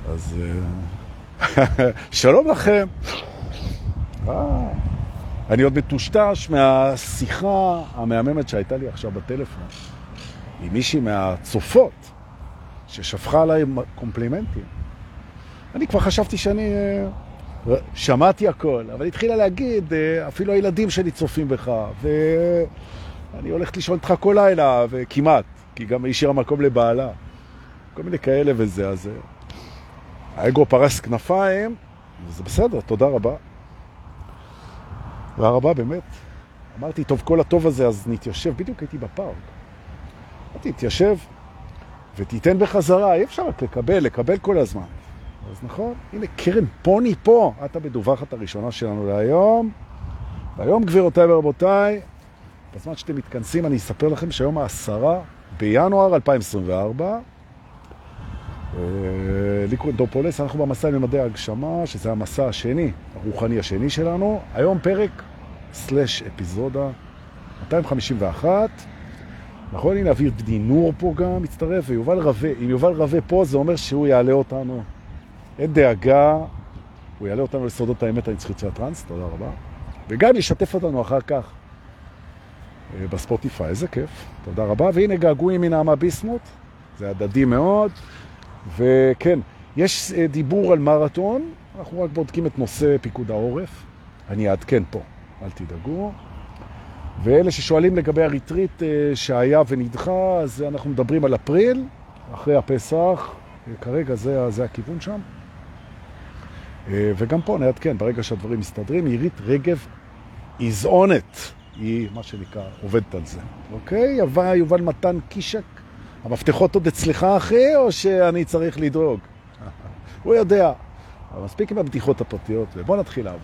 אז שלום לכם. אני עוד מטושטש מהשיחה המהממת שהייתה לי עכשיו בטלפון עם מישהי מהצופות ששפכה עליי קומפלימנטים. אני כבר חשבתי שאני שמעתי הכל, אבל התחילה להגיד, אפילו הילדים שלי צופים בך, ואני הולכת לשאול אותך כל לילה, וכמעט, כי גם השאירה מקום לבעלה. כל מיני כאלה וזה, אז האגו פרס כנפיים, וזה בסדר, תודה רבה. תודה רבה, באמת. אמרתי, טוב, כל הטוב הזה, אז נתיישב, בדיוק הייתי בפארק. אמרתי, תתיישב ותיתן בחזרה, אי אפשר רק לקבל כל הזמן. אז נכון, הנה קרן פוני פה, את המדווחת הראשונה שלנו להיום. והיום, גבירותיי ורבותיי, בזמן שאתם מתכנסים, אני אספר לכם שהיום 10 בינואר 2024, ליקרונדופולס, אנחנו במסע למדעי הגשמה, שזה המסע השני, הרוחני השני שלנו. היום פרק סלש אפיזודה 251. נכון, הנה אוויר דינור פה גם מצטרף, ויובל רווה. אם יובל רווה פה, זה אומר שהוא יעלה אותנו. אין דאגה, הוא יעלה אותנו לסודות האמת הנצחית של הטרנס, תודה רבה. וגם ישתף אותנו אחר כך בספוטיפיי, איזה כיף, תודה רבה. והנה געגועים מנעמה ביסמוט, זה הדדי מאוד. וכן, יש דיבור על מרתון, אנחנו רק בודקים את נושא פיקוד העורף. אני אעדכן פה, אל תדאגו. ואלה ששואלים לגבי הריטריט שהיה ונדחה, אז אנחנו מדברים על אפריל, אחרי הפסח, כרגע זה הכיוון שם. וגם פה נעדכן, ברגע שהדברים מסתדרים, עירית רגב is on it, היא מה שנקרא עובדת על זה. אוקיי, יובל מתן קישק, המפתחות עוד אצלך אחי, או שאני צריך לדרוג? הוא יודע. אבל מספיק עם הבדיחות הפרטיות, ובוא נתחיל לעבוד.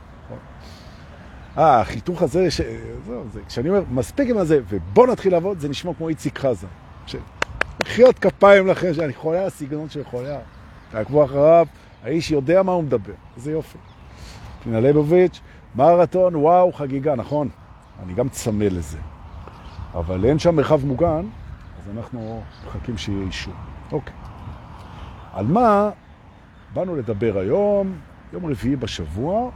החיתוך הזה, כשאני אומר מספיק עם הזה, ובוא נתחיל לעבוד, זה נשמע כמו איציק חזה. לחיות כפיים לכם, שאני חולה, הסגנון של חולה. תעקבו אחריו, האיש יודע מה הוא מדבר. זה יופי. פנינה ליבוביץ', מרתון, וואו, חגיגה, נכון? אני גם צמא לזה. אבל אין שם מרחב מוגן, אז אנחנו מחכים שיהיה אישור. אוקיי. על מה באנו לדבר היום? יום רביעי בשבוע,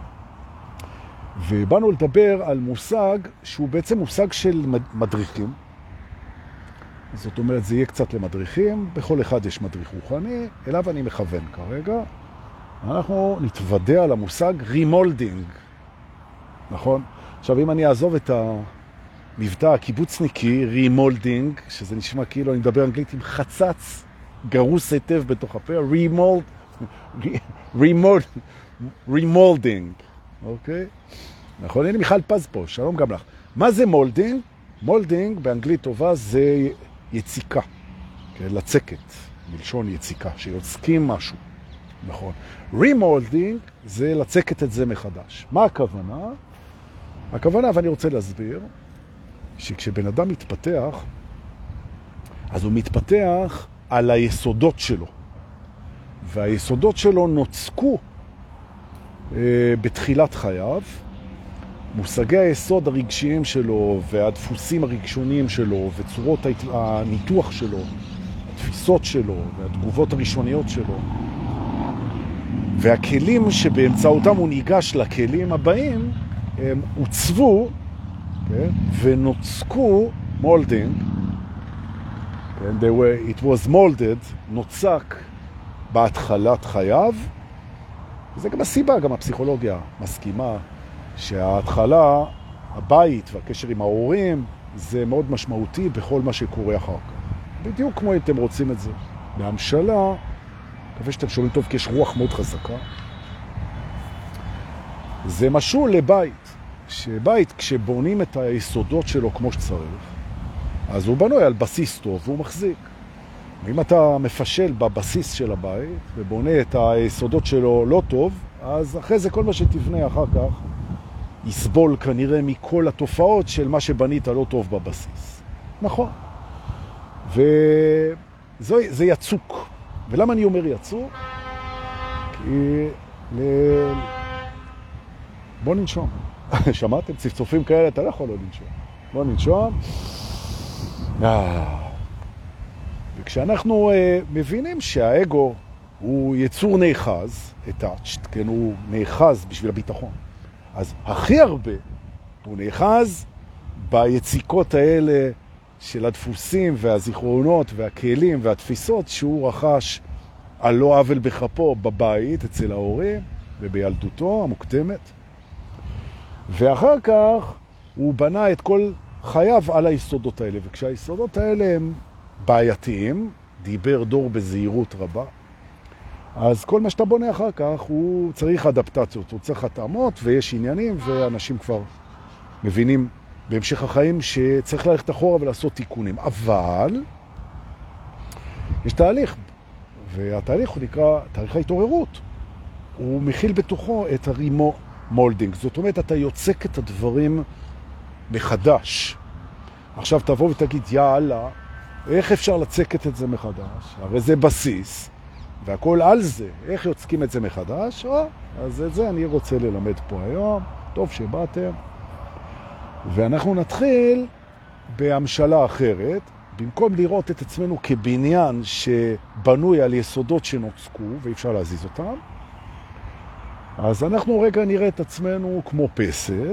ובאנו לדבר על מושג שהוא בעצם מושג של מדריכים. זאת אומרת, זה יהיה קצת למדריכים, בכל אחד יש מדריך רוחני, אליו אני מכוון כרגע. אנחנו נתוודע על המושג רימולדינג, נכון? עכשיו, אם אני אעזוב את המבטא הקיבוצניקי, רימולדינג, שזה נשמע כאילו אני מדבר אנגלית עם חצץ גרוס היטב בתוך הפה, רימולדינג, אוקיי? נכון, הנה מיכל פז פה, שלום גם לך. מה זה מולדינג? מולדינג באנגלית טובה זה יציקה, כן? לצקת, מלשון יציקה, שיוצקים משהו, נכון. רימולדינג זה לצקת את זה מחדש. מה הכוונה? הכוונה, ואני רוצה להסביר, שכשבן אדם מתפתח, אז הוא מתפתח על היסודות שלו, והיסודות שלו נוצקו בתחילת חייו, מושגי היסוד הרגשיים שלו והדפוסים הרגשוניים שלו וצורות הניתוח שלו, התפיסות שלו והתגובות הראשוניות שלו, והכלים שבאמצעותם הוא ניגש לכלים הבאים, הם עוצבו, כן? ונוצקו, מולדינג, כן? it was molded, נוצק בהתחלת חייו. וזה גם הסיבה, גם הפסיכולוגיה מסכימה שההתחלה, הבית והקשר עם ההורים, זה מאוד משמעותי בכל מה שקורה אחר כך. בדיוק כמו אם אתם רוצים את זה. בהמשלה, מקווה שאתם שומעים טוב, כי יש רוח מאוד חזקה. זה משול לבית. שבית, כשבונים את היסודות שלו כמו שצריך, אז הוא בנוי על בסיס טוב והוא מחזיק. ואם אתה מפשל בבסיס של הבית ובונה את היסודות שלו לא טוב, אז אחרי זה כל מה שתבנה אחר כך יסבול כנראה מכל התופעות של מה שבנית לא טוב בבסיס. נכון. וזה יצוק. ולמה אני אומר יצוק? כי בוא ננשום. שמעתם? צפצופים כאלה, אתה לא יכול לא לנשום. בוא ננשום. וכשאנחנו מבינים שהאגו הוא יצור נאחז, attached, כן, הוא נאחז בשביל הביטחון. אז הכי הרבה הוא נאחז ביציקות האלה של הדפוסים והזיכרונות והכלים והתפיסות שהוא רכש על לא עוול בכפו בבית אצל ההורים ובילדותו המוקדמת. ואחר כך הוא בנה את כל חייו על היסודות האלה, וכשהיסודות האלה הם בעייתיים, דיבר דור בזהירות רבה, אז כל מה שאתה בונה אחר כך הוא צריך אדפטציות, הוא צריך התאמות, ויש עניינים, ואנשים כבר מבינים בהמשך החיים שצריך ללכת אחורה ולעשות תיקונים. אבל יש תהליך, והתהליך הוא נקרא תהליך ההתעוררות. הוא מכיל בתוכו את הרימולדינג, זאת אומרת, אתה יוצק את הדברים מחדש. עכשיו תבוא ותגיד, יאללה, איך אפשר לצקת את זה מחדש? הרי זה בסיס, והכל על זה. איך יוצקים את זה מחדש? אז את זה אני רוצה ללמד פה היום. טוב שבאתם. ואנחנו נתחיל בהמשלה אחרת, במקום לראות את עצמנו כבניין שבנוי על יסודות שנוצקו, ואי אפשר להזיז אותם, אז אנחנו רגע נראה את עצמנו כמו פסל,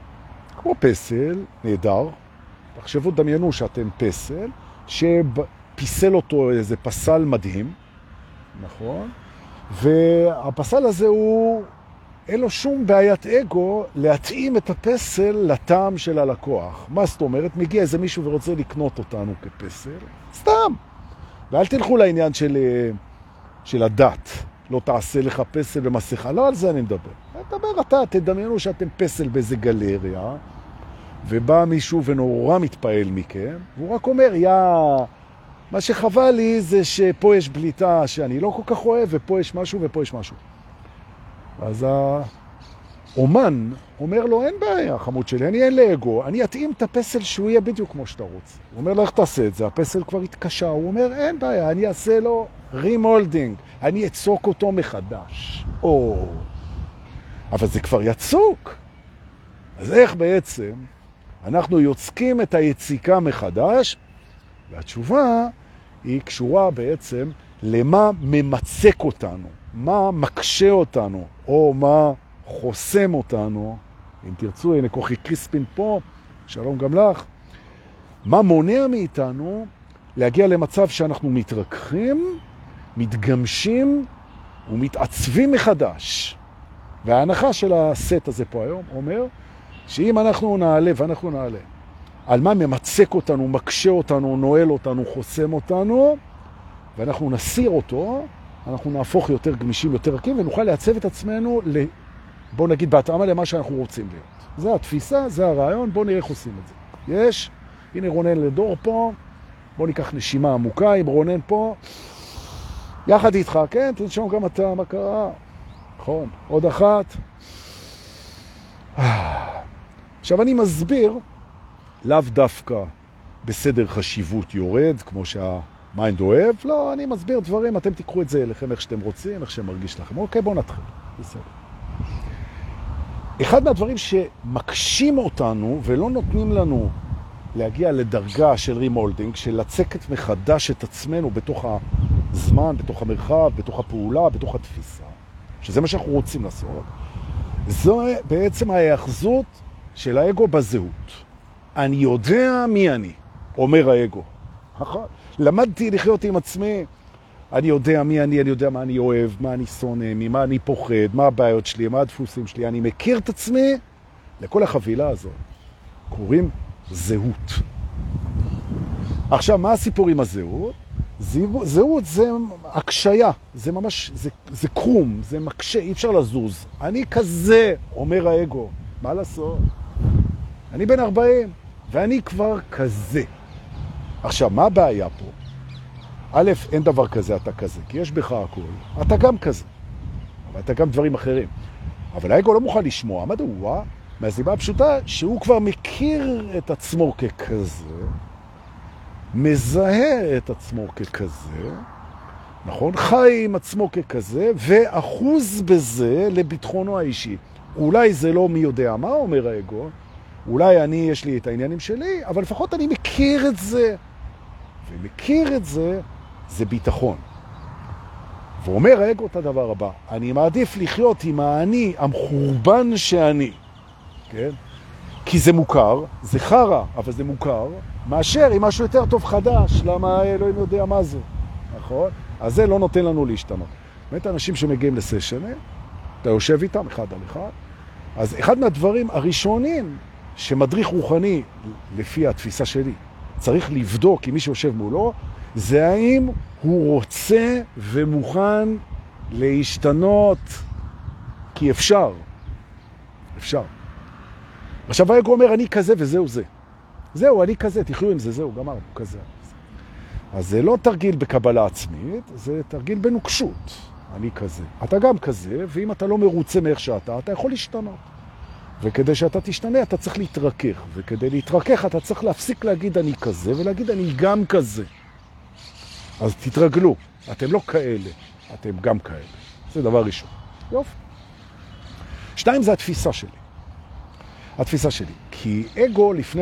נהדר. תחשבו, דמיינו שאתם פסל, שפיסל אותו איזה פסל מדהים, נכון? והפסל הזה אין לו שום בעיית אגו להתאים את הפסל לטעם של הלקוח. מה זאת אומרת? מגיע איזה מישהו ורוצה לקנות אותנו כפסל, סתם. ואל תלכו לעניין של הדת. לא תעשה לך פסל במסכה. לא על זה אני מדבר. תדמיינו שאתם פסל באיזה גלריה, ובא מישהו ונורא מתפעל מכם, והוא רק אומר, מה שחבל לי זה שפה יש בליטה שאני לא כל כך אוהב, ופה יש משהו ופה יש משהו. אז האומן אומר לו, אין בעיה, חמוד שלי, אני אין לי אגו, אני אתאים את הפסל שהוא יהיה בדיוק כמו שאתה רוצה. הוא אומר לו, איך תעשה את זה? הפסל כבר התקשה. הוא אומר, אין בעיה, אני אעשה לו רימולדינג, אני אצוק אותו מחדש. אבל זה כבר יצוק. אז איך בעצם אנחנו יוצקים את היציקה מחדש? והתשובה היא קשורה בעצם למה ממצק אותנו, מה מקשה אותנו, או מה חוסם אותנו. אם תרצו, הנה כוחי קריספין פה, שלום גם לך. מה מונע מאיתנו להגיע למצב שאנחנו מתרככים, מתגמשים ומתעצבים מחדש. וההנחה של הסט הזה פה היום אומר שאם אנחנו נעלה ואנחנו נעלה על מה ממצק אותנו, מקשה אותנו, נועל אותנו, חוסם אותנו, ואנחנו נסיר אותו, אנחנו נהפוך יותר גמישים, יותר רכים, ונוכל לעצב את עצמנו, בואו נגיד, בהתאמה למה שאנחנו רוצים להיות. זה התפיסה, זה הרעיון, בואו נראה איך עושים את זה. יש, הנה רונן לדור פה, בואו ניקח נשימה עמוקה עם רונן פה, יחד איתך, כן? תנשום גם אתה, מה קרה? נכון, עוד אחת. עכשיו אני מסביר, לאו דווקא בסדר חשיבות יורד, כמו שהמיינד אוהב, לא, אני מסביר דברים, אתם תיקחו את זה אליכם איך שאתם רוצים, איך שמרגיש לכם. אוקיי, בואו נתחיל. בסדר. אחד מהדברים שמקשים אותנו ולא נותנים לנו להגיע לדרגה של רימולדינג, של לצקת מחדש את עצמנו בתוך הזמן, בתוך המרחב, בתוך הפעולה, בתוך התפיסה, שזה מה שאנחנו רוצים לעשות, זו בעצם ההאחזות של האגו בזהות. אני יודע מי אני, אומר האגו. למדתי לחיות עם עצמי, אני יודע מי אני יודע מה אני אוהב, מה אני שונא, ממה אני פוחד, מה הבעיות שלי, מה הדפוסים שלי, אני מכיר את עצמי. לכל החבילה הזו קוראים זהות. עכשיו, מה הסיפור עם הזהות? זהות זה הקשיה, זה ממש, זה קרום, זה מקשה, אי אפשר לזוז. אני כזה, אומר האגו, מה לעשות? אני בן 40, ואני כבר כזה. עכשיו, מה הבעיה פה? א', אין דבר כזה, אתה כזה, כי יש בך הכל. אתה גם כזה, אבל אתה גם דברים אחרים. אבל האגו לא מוכן לשמוע. מדוע? מהסיבה הפשוטה שהוא כבר מכיר את עצמו ככזה, מזהה את עצמו ככזה, נכון? חי עם עצמו ככזה, ואחוז בזה לביטחונו האישי. אולי זה לא מי יודע מה, אומר האגו, אולי יש לי את העניינים שלי, אבל לפחות אני מכיר את זה. ומכיר את זה, זה ביטחון. ואומר האגו את הדבר הבא, אני מעדיף לחיות עם האני המחורבן שאני, כן? כי זה מוכר, זה חרה, אבל זה מוכר, מאשר עם משהו יותר טוב חדש, למה אלוהים יודע מה זה, נכון? אז זה לא נותן לנו להשתנות. באמת אנשים שמגיעים לסשנים, אתה יושב איתם אחד על אחד, אז אחד מהדברים הראשונים שמדריך רוחני, לפי התפיסה שלי, צריך לבדוק עם מי שיושב מולו, זה האם הוא רוצה ומוכן להשתנות, כי אפשר. אפשר. עכשיו האגו אומר, אני כזה וזהו זה. זהו, אני כזה, תחיו עם זה, זהו, גמרנו, כזה. אז זה לא תרגיל בקבלה עצמית, זה תרגיל בנוקשות. אני כזה. אתה גם כזה, ואם אתה לא מרוצה מאיך שאתה, אתה יכול להשתנות. וכדי שאתה תשתנה, אתה צריך להתרכך. וכדי להתרכך, אתה צריך להפסיק להגיד אני כזה, ולהגיד אני גם כזה. אז תתרגלו. אתם לא כאלה, אתם גם כאלה. זה דבר ראשון. יופי. 2, זה התפיסה שלי. התפיסה שלי. כי אגו לפני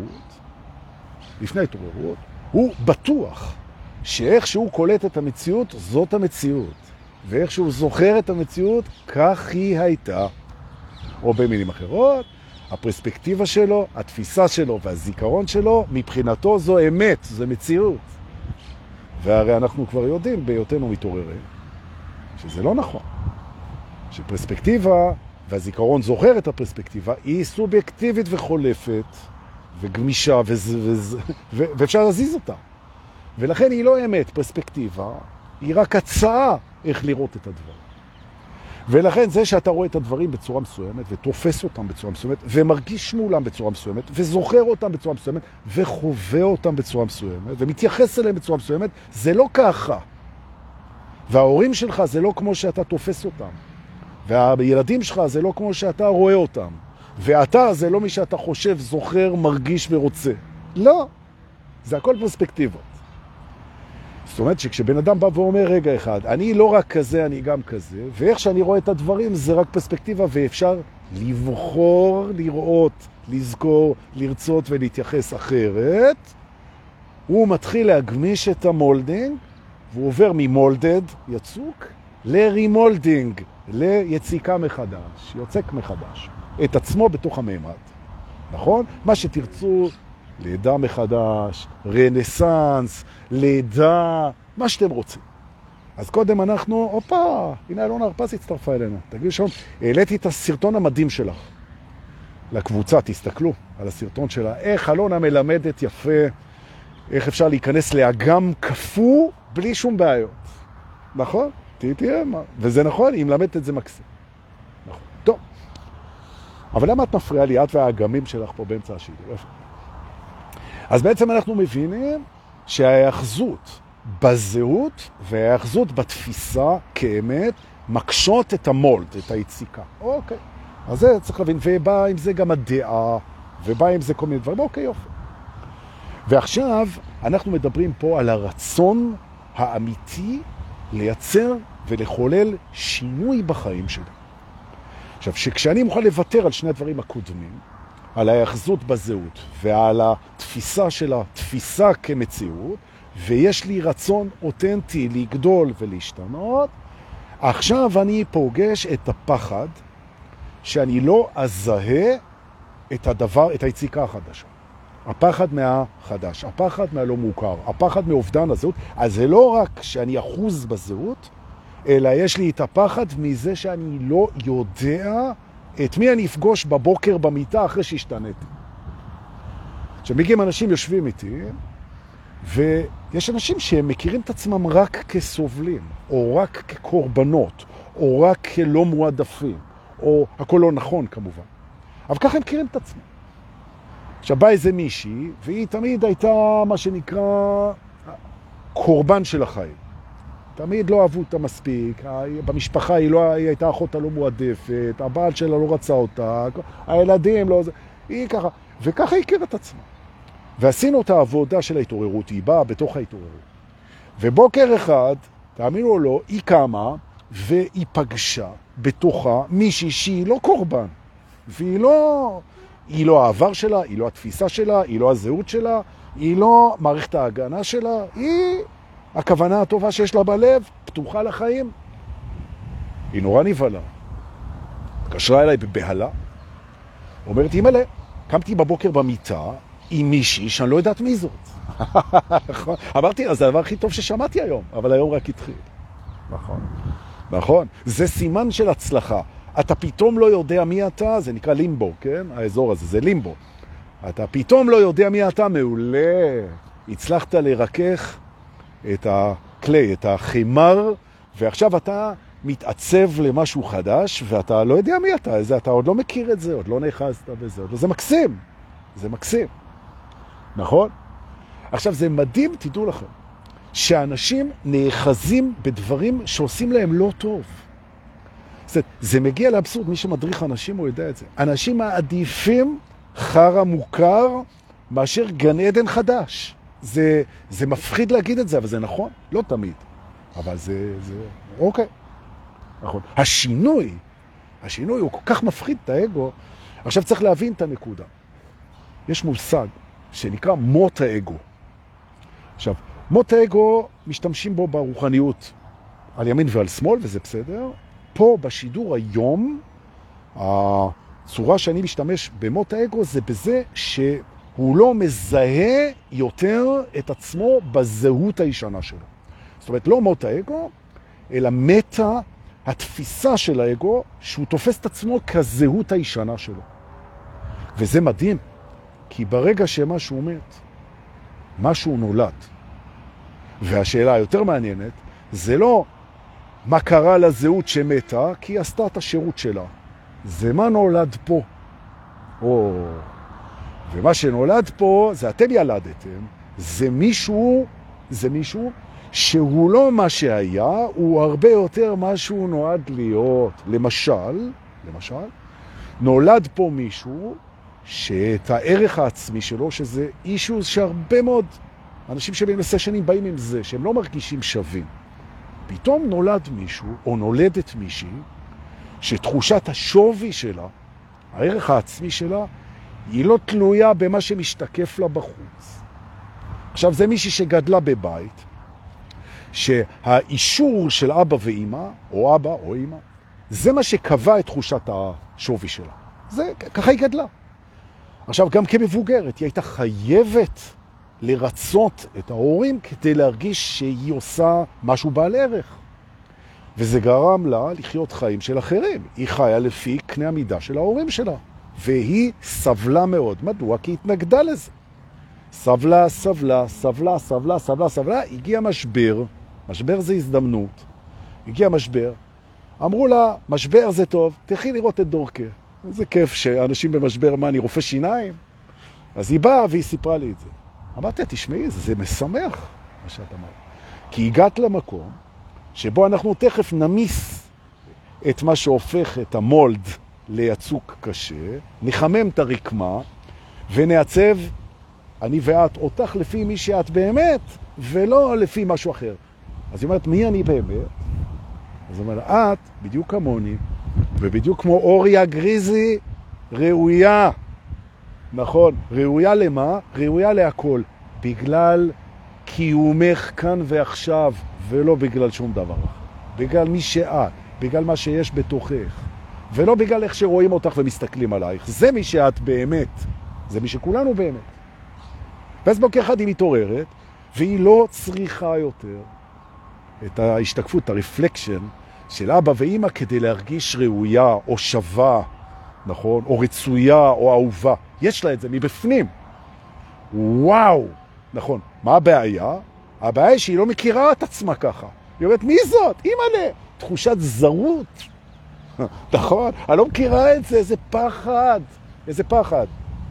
ההתעוררות, הוא בטוח שאיך שהוא קולט את המציאות, זאת המציאות. ואיך שהוא זוכר את המציאות, כך היא הייתה. או במילים אחרות, הפרספקטיבה שלו, התפיסה שלו והזיכרון שלו, מבחינתו זו אמת, זו מציאות. והרי אנחנו כבר יודעים בהיותנו מתעוררים, שזה לא נכון. שפרספקטיבה והזיכרון זוכר את הפרספקטיבה, היא סובייקטיבית וחולפת, וגמישה, ואפשר להזיז אותה. ולכן היא לא אמת, פרספקטיבה, היא רק הצעה איך לראות את הדברים. ולכן זה שאתה רואה את הדברים בצורה מסוימת, ותופס אותם בצורה מסוימת, ומרגיש מולם בצורה מסוימת, וזוכר אותם בצורה מסוימת, וחווה אותם בצורה מסוימת, ומתייחס אליהם בצורה מסוימת, זה לא ככה. וההורים שלך זה לא כמו שאתה תופס אותם. והילדים שלך זה לא כמו שאתה רואה אותם. ואתה זה לא מי שאתה חושב, זוכר, מרגיש ורוצה. לא. זה הכל פרספקטיבות. זאת אומרת שכשבן אדם בא ואומר רגע אחד, אני לא רק כזה, אני גם כזה, ואיך שאני רואה את הדברים זה רק פרספקטיבה, ואפשר לבחור, לראות, לזכור, לרצות ולהתייחס אחרת, הוא מתחיל להגמיש את המולדינג, והוא עובר ממולדד, יצוק, לרימולדינג, ליציקה מחדש, יוצק מחדש, את עצמו בתוך הממד. נכון? מה שתרצו, לידה מחדש, רנסנס, לידה, מה שאתם רוצים. אז קודם אנחנו, הנה אלונה הרפז הצטרפה אלינו. תגידו שם, העליתי את הסרטון המדהים שלך לקבוצה, תסתכלו על הסרטון שלה. איך אלונה מלמדת יפה, איך אפשר להיכנס לאגם כפו בלי שום בעיות. נכון? תהיה, וזה נכון, היא מלמדת את זה מקסים. נכון. טוב. אבל למה את מפריעה לי, את והאגמים שלך פה באמצע השידור? אז בעצם אנחנו מבינים שההאחזות בזהות וההאחזות בתפיסה כאמת מקשות את המולד, את היציקה. אוקיי. אז זה צריך להבין, ובא עם זה גם הדעה, ובא עם זה כל מיני דברים. אוקיי, יופי. ועכשיו אנחנו מדברים פה על הרצון האמיתי לייצר ולחולל שינוי בחיים שלי. עכשיו, שכשאני מוכן לוותר על שני הדברים הקודמים, על ההאחזות בזהות ועל התפיסה של התפיסה כמציאות, ויש לי רצון אותנטי לגדול ולהשתנות, עכשיו אני פוגש את הפחד שאני לא אזהה את הדבר, את היציקה החדשה. הפחד מהחדש, הפחד מהלא מוכר, הפחד מאובדן הזהות. אז זה לא רק שאני אחוז בזהות, אלא יש לי את הפחד מזה שאני לא יודע את מי אני אפגוש בבוקר במיטה אחרי שהשתניתי. כשמגיעים אנשים יושבים איתי, ויש אנשים שהם מכירים את עצמם רק כסובלים, או רק כקורבנות, או רק כלא מועדפים, או הכל לא נכון כמובן. אבל ככה הם מכירים את עצמם. עכשיו בא איזה מישהי, והיא תמיד הייתה מה שנקרא קורבן של החיים. תמיד לא אהבו אותה מספיק, במשפחה היא הייתה אחות הלא מועדפת, הבעל שלה לא רצה אותה, הילדים לא... היא ככה, וככה היא הכירה את עצמה. ועשינו את העבודה של ההתעוררות, היא באה בתוך ההתעוררות. ובוקר אחד, תאמינו או לא, היא קמה והיא פגשה בתוכה מישהי שהיא לא קורבן. והיא לא העבר שלה, היא לא התפיסה שלה, היא לא הזהות שלה, היא לא מערכת ההגנה שלה, היא הכוונה הטובה שיש לה בלב, פתוחה לחיים. היא נורא נבהלה. קשרה אליי בבהלה, אומרת, אימא'לה, קמתי בבוקר במיטה עם מישהי שאני לא יודעת מי זאת. אמרתי, אז זה הדבר הכי טוב ששמעתי היום, אבל היום רק התחיל. נכון. נכון. זה סימן של הצלחה. אתה פתאום לא יודע מי אתה, זה נקרא לימבו, כן? האזור הזה, זה לימבו. אתה פתאום לא יודע מי אתה, מעולה. הצלחת לרכך את הכלי, את החימר, ועכשיו אתה מתעצב למשהו חדש, ואתה לא יודע מי אתה, אתה עוד לא מכיר את זה, עוד לא נחזת בזה, זה מקסים. זה מקסים. נכון? עכשיו, זה מדהים, תדעו לכם, שאנשים נאחזים בדברים שעושים להם לא טוב. זה מגיע לאבסורד, מי שמדריך אנשים הוא יודע את זה. אנשים מעדיפים חרא מוכר מאשר גן עדן חדש. זה מפחיד להגיד את זה, אבל זה נכון? לא תמיד. אבל זה אוקיי. נכון. השינוי הוא כל כך מפחיד את האגו. עכשיו צריך להבין את הנקודה. יש מושג שנקרא מות האגו. עכשיו, מות האגו משתמשים בו ברוחניות על ימין ועל שמאל, וזה בסדר. פה בשידור היום, הצורה שאני משתמש במות האגו זה בזה שהוא לא מזהה יותר את עצמו בזהות הישנה שלו. זאת אומרת, לא מות האגו, אלא מתה התפיסה של האגו, שהוא תופס את עצמו כזהות הישנה שלו. וזה מדהים, כי ברגע שמשהו מת, משהו נולד. והשאלה היותר מעניינת, זה לא מה קרה לזהות שמתה, כי היא עשתה את השירות שלה. זה מה נולד פה. ומה שנולד פה, זה אתם ילדתם, זה מישהו שהוא לא מה שהיה, הוא הרבה יותר מה שהוא נועד להיות. למשל, נולד פה מישהו שאת הערך העצמי שלו, שזה אישו שהרבה מאוד אנשים שבמנסה שנים באים עם זה, שהם לא מרגישים שווים. פתאום נולד מישהו, או נולדת מישהי, שתחושת השווי שלה, הערך העצמי שלה, היא לא תלויה במה שמשתקף לה בחוץ. עכשיו, זה מישהי שגדלה בבית, שהאישור של אבא ואמא, או אבא או אמא, זה מה שקבע את תחושת השווי שלה. ככה היא גדלה. עכשיו, גם כמבוגרת, היא הייתה חייבת לרצות את ההורים כדי להרגיש שהיא עושה משהו בעל ערך. וזה גרם לה לחיות חיים של אחרים. היא חיה לפי קנה המידה של ההורים שלה. והיא סבלה מאוד. מדוע? כי היא התנגדה לזה. סבלה. הגיע משבר. משבר זה הזדמנות. הגיע משבר. אמרו לה, משבר זה טוב, תלכי לראות את דורקה. איזה כיף שאנשים במשבר, מה, אני רופא שיניים? אז היא באה והיא סיפרה לי את זה. אמרתי, תשמעי, זה משמח, מה שאת אמרת. כי הגעת למקום שבו אנחנו תכף נמיס את מה שהופך את המולד ליצוק קשה, נחמם את הרקמה, ונעצב, אני ואת, אותך לפי מי שאת באמת, ולא לפי משהו אחר. אז היא אומרת, מי אני באמת? אז היא אומרת, את, בדיוק כמוני, ובדיוק כמו אוריה גריזי, ראויה. נכון, ראויה למה? ראויה להכל. בגלל קיומך כאן ועכשיו, ולא בגלל שום דבר. בגלל מי שאת, בגלל מה שיש בתוכך. ולא בגלל איך שרואים אותך ומסתכלים עלייך. זה מי שאת באמת. זה מי שכולנו באמת. ואז בוקר אחד היא מתעוררת, והיא לא צריכה יותר את ההשתקפות, הרפלקשן של אבא ואמא כדי להרגיש ראויה או שווה, נכון? או רצויה או אהובה. יש לה את זה מבפנים. וואו! נכון. מה הבעיה? הבעיה היא שהיא לא מכירה את עצמה ככה. היא אומרת, מי זאת? אימא'לה! תחושת זרות. נכון? אני לא מכירה את זה, איזה פחד. איזה פחד.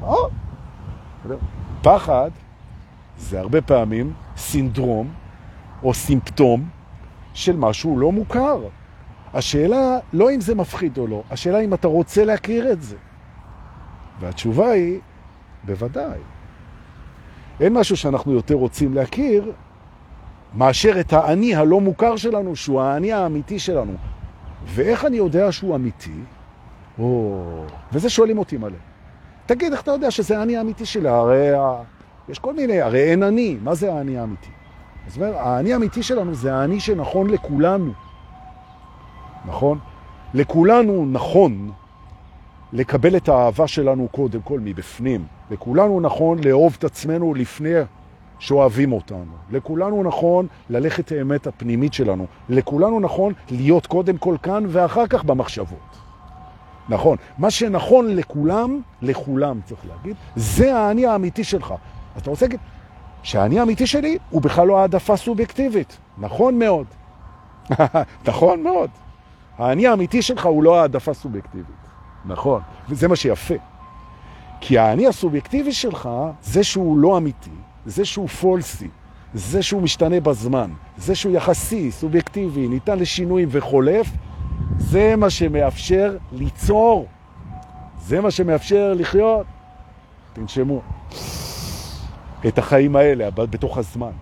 פחד זה הרבה פעמים סינדרום או סימפטום של משהו לא מוכר. השאלה לא אם זה מפחיד או לא, השאלה אם אתה רוצה להכיר את זה. והתשובה היא, בוודאי. אין משהו שאנחנו יותר רוצים להכיר מאשר את האני הלא מוכר שלנו, שהוא האני האמיתי שלנו. ואיך אני יודע שהוא אמיתי? וזה שואלים אותי מלא. תגיד, איך אתה יודע שזה האני האמיתי שלה? הרי יש כל מיני, הרי אין אני. מה זה האני האמיתי? זאת אומרת, האני האמיתי שלנו זה האני שנכון לכולנו. נכון? לכולנו נכון לקבל את האהבה שלנו קודם כל מבפנים. לכולנו נכון לאהוב את עצמנו לפני שאוהבים אותנו. לכולנו נכון ללכת האמת הפנימית שלנו. לכולנו נכון להיות קודם כל כאן ואחר כך במחשבות. נכון. מה שנכון לכולם צריך להגיד, זה האני האמיתי שלך. אז אתה רוצה להגיד שהאני האמיתי שלי הוא בכלל לא העדפה סובייקטיבית. נכון מאוד. נכון מאוד. האני האמיתי שלך הוא לא העדפה סובייקטיבית. נכון. וזה מה שיפה. כי האני הסובייקטיבי שלך, זה שהוא לא אמיתי, זה שהוא פולסי, זה שהוא משתנה בזמן, זה שהוא יחסי, סובייקטיבי, ניתן לשינויים וחולף, זה מה שמאפשר ליצור. זה מה שמאפשר לחיות. תנשמו. את החיים האלה, בתוך הזמן.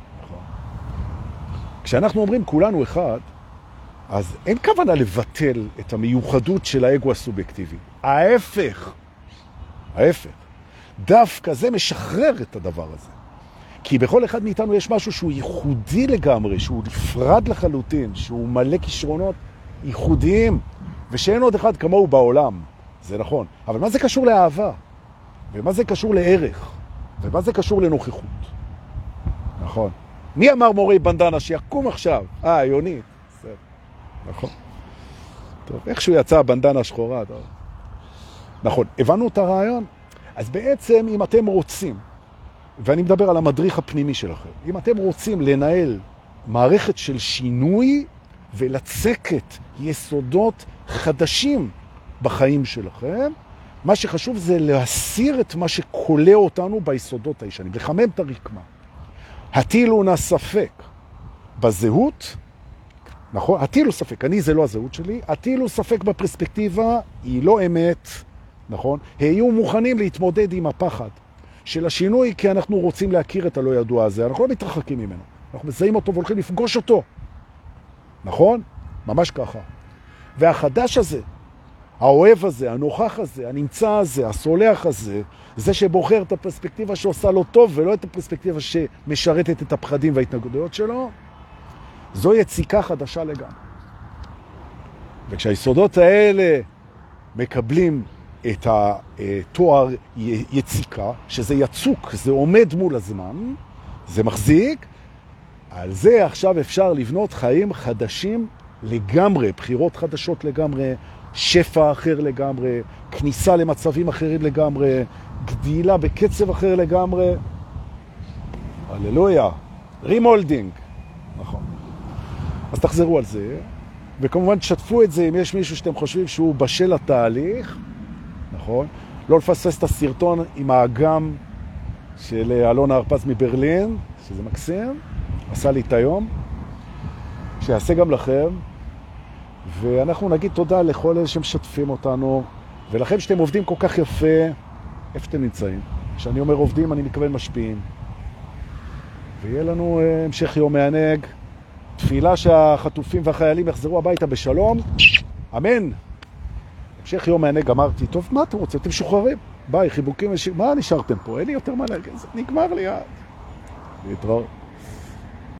כשאנחנו אומרים כולנו אחד, אז אין כוונה לבטל את המיוחדות של האגו הסובייקטיבי. ההפך. דווקא זה משחרר את הדבר הזה. כי בכל אחד מאיתנו יש משהו שהוא ייחודי לגמרי, שהוא נפרד לחלוטין, שהוא מלא כישרונות ייחודיים, ושאין עוד אחד כמוהו בעולם. זה נכון. אבל מה זה קשור לאהבה? ומה זה קשור לערך? ומה זה קשור לנוכחות? נכון. מי אמר מורי בנדנה שיקום עכשיו? יונית. נכון. טוב, איכשהו יצא הבנדנה השחורה. טוב. נכון, הבנו את הרעיון? אז בעצם אם אתם רוצים, ואני מדבר על המדריך הפנימי שלכם, אם אתם רוצים לנהל מערכת של שינוי ולצקת יסודות חדשים בחיים שלכם, מה שחשוב זה להסיר את מה שקולה אותנו ביסודות הישנים, לחמם את הרקמה. הטילו נא ספק בזהות, נכון? הטילו ספק, אני זה לא הזהות שלי, הטילו ספק בפרספקטיבה, היא לא אמת, נכון? היו מוכנים להתמודד עם הפחד של השינוי, כי אנחנו רוצים להכיר את הלא ידוע הזה, אנחנו לא מתרחקים ממנו, אנחנו מזהים אותו והולכים לפגוש אותו, נכון? ממש ככה. והחדש הזה, האוהב הזה, הנוכח הזה, הנמצא הזה, הסולח הזה, זה שבוחר את הפרספקטיבה שעושה לו טוב, ולא את הפרספקטיבה שמשרתת את הפחדים וההתנגדויות שלו, זו יציקה חדשה לגמרי. וכשהיסודות האלה מקבלים את התואר יציקה, שזה יצוק, זה עומד מול הזמן, זה מחזיק, על זה עכשיו אפשר לבנות חיים חדשים לגמרי, בחירות חדשות לגמרי, שפע אחר לגמרי, כניסה למצבים אחרים לגמרי, גדילה בקצב אחר לגמרי. הללויה. רימולדינג. נכון. אז תחזרו על זה, וכמובן תשתפו את זה אם יש מישהו שאתם חושבים שהוא בשל התהליך, נכון? לא לפספס את הסרטון עם האגם של אלונה הרפז מברלין, שזה מקסים, עשה לי את היום, שיעשה גם לכם, ואנחנו נגיד תודה לכל אלה שמשתפים אותנו, ולכם שאתם עובדים כל כך יפה, איפה אתם נמצאים? כשאני אומר עובדים, אני מתכוון משפיעים. ויהיה לנו המשך יום מענג, תפילה שהחטופים והחיילים יחזרו הביתה בשלום, אמן. המשך יום מענג, אמרתי, טוב, מה אתם רוצים? אתם שוחררים. ביי, חיבוקים, מה נשארתם פה? אין לי יותר מה להגיד, נגמר לי. להתראות.